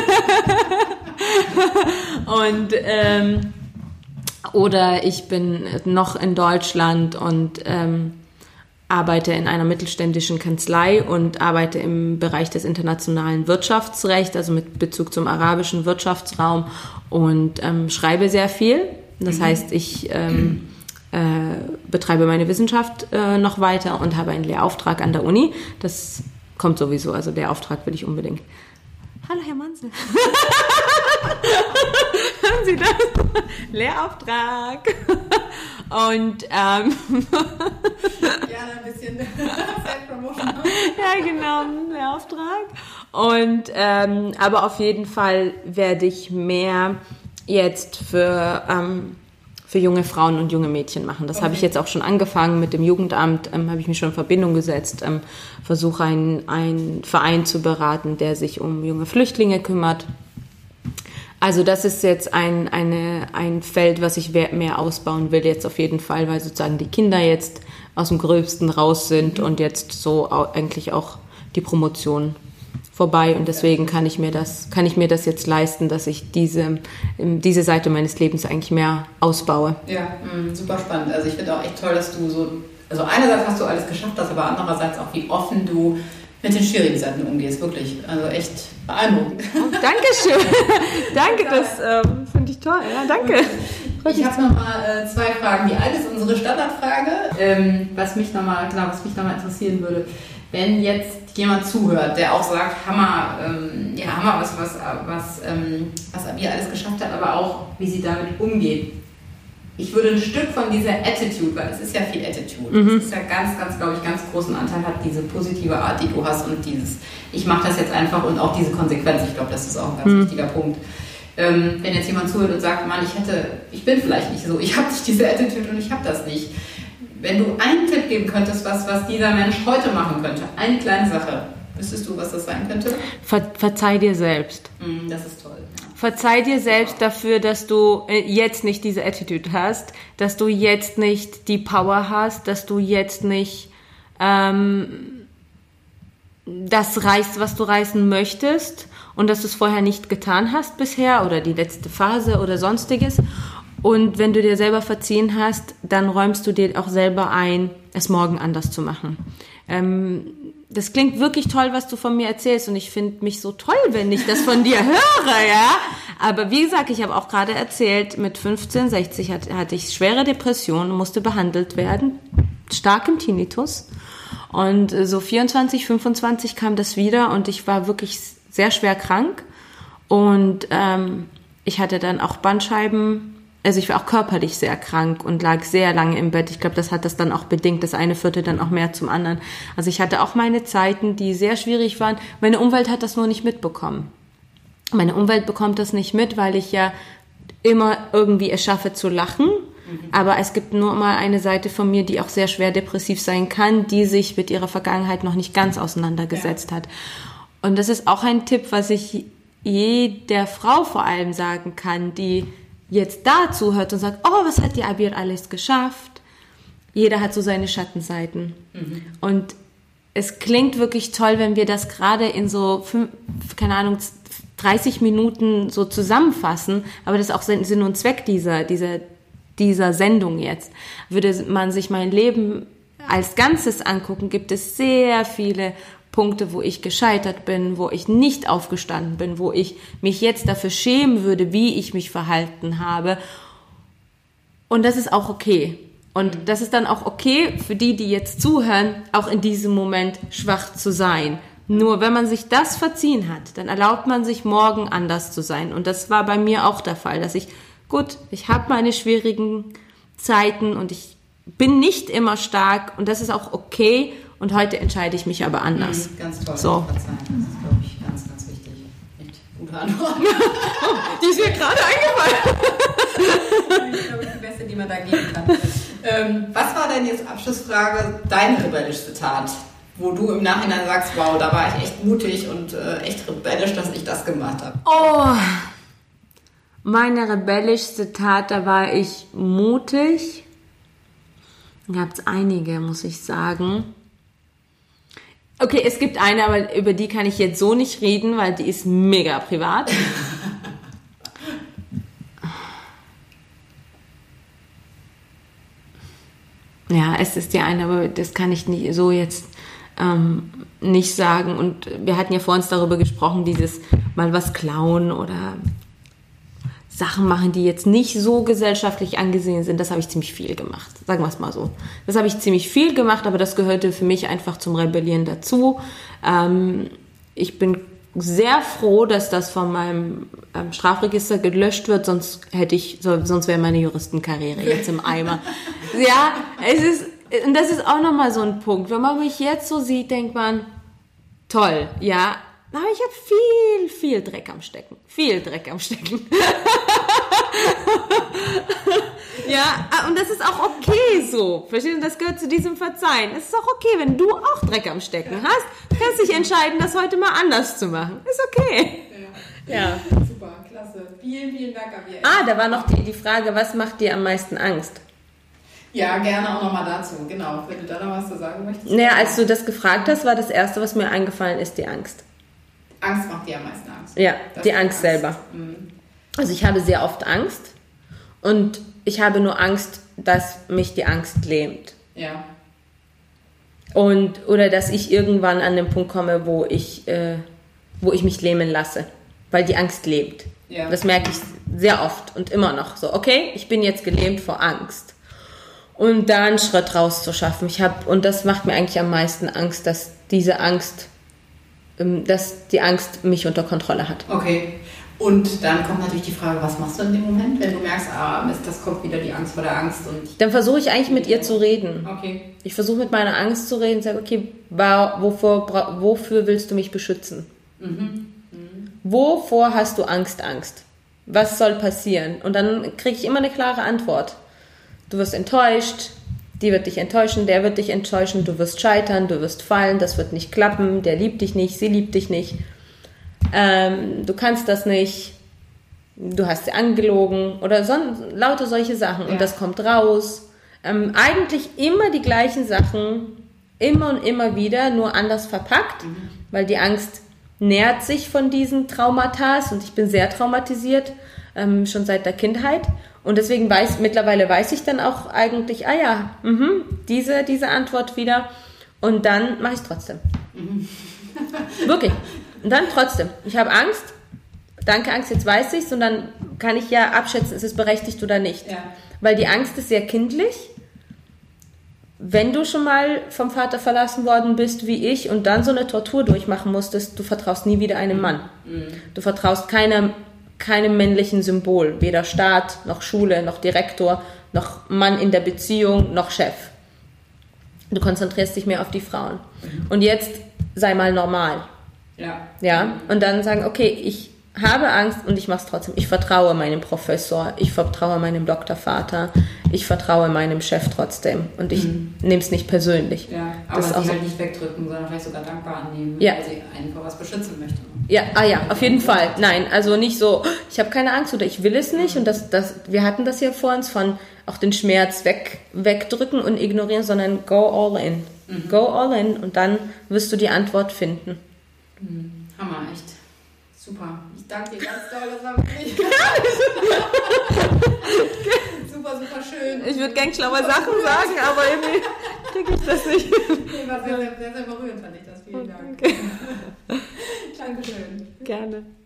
Und oder ich bin noch in Deutschland und arbeite in einer mittelständischen Kanzlei und arbeite im Bereich des internationalen Wirtschaftsrechts, also mit Bezug zum arabischen Wirtschaftsraum und schreibe sehr viel. Das heißt, ich betreibe meine Wissenschaft noch weiter und habe einen Lehrauftrag an der Uni. Das kommt sowieso, also der Auftrag will ich unbedingt. Hallo, Herr Mansel. Hören Sie das? Lehrauftrag. Und gerne ein bisschen Self-Promotion. Ja, genau, Lehrauftrag. Und aber auf jeden Fall werde ich mehr jetzt für junge Frauen und junge Mädchen machen. Das habe ich jetzt auch schon angefangen mit dem Jugendamt, habe ich mich schon in Verbindung gesetzt, versuche einen Verein zu beraten, der sich um junge Flüchtlinge kümmert. Also das ist jetzt ein Feld, was ich mehr ausbauen will jetzt auf jeden Fall, weil sozusagen die Kinder jetzt aus dem Gröbsten raus sind und jetzt so eigentlich auch die Promotion vorbei und deswegen kann ich mir das jetzt leisten, dass ich diese Seite meines Lebens eigentlich mehr ausbaue. Ja, super spannend. Also ich finde auch echt toll, dass du also einerseits hast du alles geschafft, aber andererseits auch wie offen du mit den schwierigen Seiten umgehst, wirklich. Also echt beeindruckend. Oh, Dankeschön. Danke, das finde ich toll. Ja, danke. Ich habe nochmal 2 Fragen. Die eine ist unsere Standardfrage, was mich nochmal interessieren würde. Wenn jetzt jemand zuhört, der auch sagt, Hammer, was Abir alles geschafft hat, aber auch, wie sie damit umgeht. Ich würde ein Stück von dieser Attitude, weil es ist ja viel Attitude, es ist ja ganz, glaube ich, ganz großen Anteil hat diese positive Art, die du hast und dieses, ich mache das jetzt einfach und auch diese Konsequenz, ich glaube, das ist auch ein ganz wichtiger Punkt. Wenn jetzt jemand zuhört und sagt, Mann, ich bin vielleicht nicht so, ich habe nicht diese Attitude und ich habe das nicht. Wenn du einen Tipp geben könntest, was dieser Mensch heute machen könnte, eine kleine Sache, wüsstest du, was das sein könnte? Verzeih dir selbst. Das ist toll. Ja. Verzeih dir selbst dafür, dass du jetzt nicht diese Attitude hast, dass du jetzt nicht die Power hast, dass du jetzt nicht das reißt, was du reißen möchtest und dass du es vorher nicht getan hast bisher oder die letzte Phase oder sonstiges. Und wenn du dir selber verziehen hast, dann räumst du dir auch selber ein, es morgen anders zu machen. Das klingt wirklich toll, was du von mir erzählst und ich finde mich so toll, wenn ich das von dir höre, ja. Aber wie gesagt, ich habe auch gerade erzählt, mit 15, 60 hatte ich schwere Depressionen, musste behandelt werden, starkem Tinnitus und so 24, 25 kam das wieder und ich war wirklich sehr schwer krank und ich hatte dann auch Bandscheiben. Also ich war auch körperlich sehr krank und lag sehr lange im Bett. Ich glaube, das hat das dann auch bedingt. Das eine führte dann auch mehr zum anderen. Also ich hatte auch meine Zeiten, die sehr schwierig waren. Meine Umwelt hat das nur nicht mitbekommen. Meine Umwelt bekommt das nicht mit, weil ich ja immer irgendwie es schaffe zu lachen. Aber es gibt nur mal eine Seite von mir, die auch sehr schwer depressiv sein kann, die sich mit ihrer Vergangenheit noch nicht ganz auseinandergesetzt hat. Und das ist auch ein Tipp, was ich jeder Frau vor allem sagen kann, die jetzt da zuhört und sagt, oh, was hat die Abir alles geschafft? Jeder hat so seine Schattenseiten. Und es klingt wirklich toll, wenn wir das gerade in so 30 Minuten so zusammenfassen, aber das ist auch Sinn und Zweck dieser Sendung jetzt. Würde man sich mein Leben als Ganzes angucken, gibt es sehr viele Punkte, wo ich gescheitert bin, wo ich nicht aufgestanden bin, wo ich mich jetzt dafür schämen würde, wie ich mich verhalten habe. Und das ist auch okay. Und das ist dann auch okay für die jetzt zuhören, auch in diesem Moment schwach zu sein. Nur wenn man sich das verziehen hat, dann erlaubt man sich morgen anders zu sein. Und das war bei mir auch der Fall, dass ich habe meine schwierigen Zeiten und ich bin nicht immer stark und das ist auch okay. Und heute entscheide ich mich aber anders. Ganz toll. So. Das ist, glaube ich, ganz, ganz wichtig. Echt gute Antwort. Die ist mir gerade eingefallen. Das ist, glaube ich, die beste, die man da geben kann. Was war denn jetzt, Abschlussfrage, deine rebellischste Tat? Wo du im Nachhinein sagst, wow, da war ich echt mutig und echt rebellisch, dass ich das gemacht habe. Oh, meine rebellischste Tat, da war ich mutig. Da gab es einige, muss ich sagen. Okay, es gibt eine, aber über die kann ich jetzt so nicht reden, weil die ist mega privat. Ja, es ist die eine, aber das kann ich nicht so jetzt nicht sagen. Und wir hatten ja vor uns darüber gesprochen, dieses mal was klauen oder Sachen machen, die jetzt nicht so gesellschaftlich angesehen sind, das habe ich ziemlich viel gemacht. Sagen wir es mal so. Das habe ich ziemlich viel gemacht, aber das gehörte für mich einfach zum Rebellieren dazu. Ich bin sehr froh, dass das von meinem Strafregister gelöscht wird, sonst wäre meine Juristenkarriere jetzt im Eimer. Ja, und das ist auch nochmal so ein Punkt. Wenn man mich jetzt so sieht, denkt man, toll, ja, aber ich habe viel Dreck am Stecken. Viel Dreck am Stecken. Ja, und das ist auch okay so. Verstehst du? Das gehört zu diesem Verzeihen. Es ist auch okay, wenn du auch Dreck am Stecken hast. Du kannst dich entscheiden, das heute mal anders zu machen. Ist okay. Ja. Super, klasse. Vielen Dank, Abir. Da war noch die Frage, was macht dir am meisten Angst? Ja, gerne auch nochmal dazu. Genau, wenn du da noch was zu sagen möchtest. Naja, als du das gefragt hast, war das Erste, was mir eingefallen ist, die Angst. Angst macht dir am meisten Angst. Ja, die Angst selber. Also ich habe sehr oft Angst und ich habe nur Angst, dass mich die Angst lähmt. Ja. Oder dass ich irgendwann an den Punkt komme, wo ich mich lähmen lasse, weil die Angst lebt. Ja. Das merke ich sehr oft und immer noch so. Okay, ich bin jetzt gelähmt vor Angst. Und da einen Schritt rauszuschaffen. Und das macht mir eigentlich am meisten Angst, dass die Angst mich unter Kontrolle hat. Okay. Und dann kommt natürlich die Frage, was machst du in dem Moment, wenn du merkst, Mist, das kommt wieder die Angst vor der Angst. Dann versuche ich eigentlich mit ihr zu reden. Okay. Ich versuche mit meiner Angst zu reden und sage, okay, wofür willst du mich beschützen? Wovor hast du Angst? Was soll passieren? Und dann kriege ich immer eine klare Antwort. Du wirst enttäuscht, die wird dich enttäuschen, der wird dich enttäuschen, du wirst scheitern, du wirst fallen, das wird nicht klappen, der liebt dich nicht, sie liebt dich nicht, du kannst das nicht, du hast sie angelogen oder lauter solche Sachen und das kommt raus. Eigentlich immer die gleichen Sachen, immer und immer wieder, nur anders verpackt, weil die Angst nährt sich von diesen Traumata und ich bin sehr traumatisiert, schon seit der Kindheit. Und deswegen mittlerweile weiß ich dann auch eigentlich, diese Antwort wieder. Und dann mache ich es trotzdem. Wirklich. Und dann trotzdem. Ich habe Angst. Danke, Angst, jetzt weiß ich es. Und dann kann ich ja abschätzen, ist es berechtigt oder nicht. Ja. Weil die Angst ist sehr kindlich. Wenn du schon mal vom Vater verlassen worden bist, wie ich, und dann so eine Tortur durchmachen musstest, du vertraust nie wieder einem Mann. Du vertraust keinem männlichen Symbol. Weder Staat, noch Schule, noch Direktor, noch Mann in der Beziehung, noch Chef. Du konzentrierst dich mehr auf die Frauen. Und jetzt sei mal normal. Ja? Und dann sagen, okay, ich habe Angst und ich mache es trotzdem. Ich vertraue meinem Professor, ich vertraue meinem Doktorvater, ich vertraue meinem Chef trotzdem. Und ich nehme es nicht persönlich. Ja, aber sie halt nicht wegdrücken, sondern vielleicht sogar dankbar annehmen, ja, weil sie einen vor was beschützen möchte. Ja, auf jeden Fall. Nein, also nicht so, ich habe keine Angst oder ich will es nicht. Und wir hatten das ja vor uns von auch den Schmerz wegdrücken und ignorieren, sondern go all in. Go all in und dann wirst du die Antwort finden. Hammer, echt. Super. Ich danke dir ganz doll, das war wirklich super schön. Ich würde gern schlaue Sachen sagen, aber irgendwie kriege ich das nicht. Nee, war sehr, sehr, sehr berührend, fand ich das. Vielen Dank. Okay. Dankeschön. Gerne.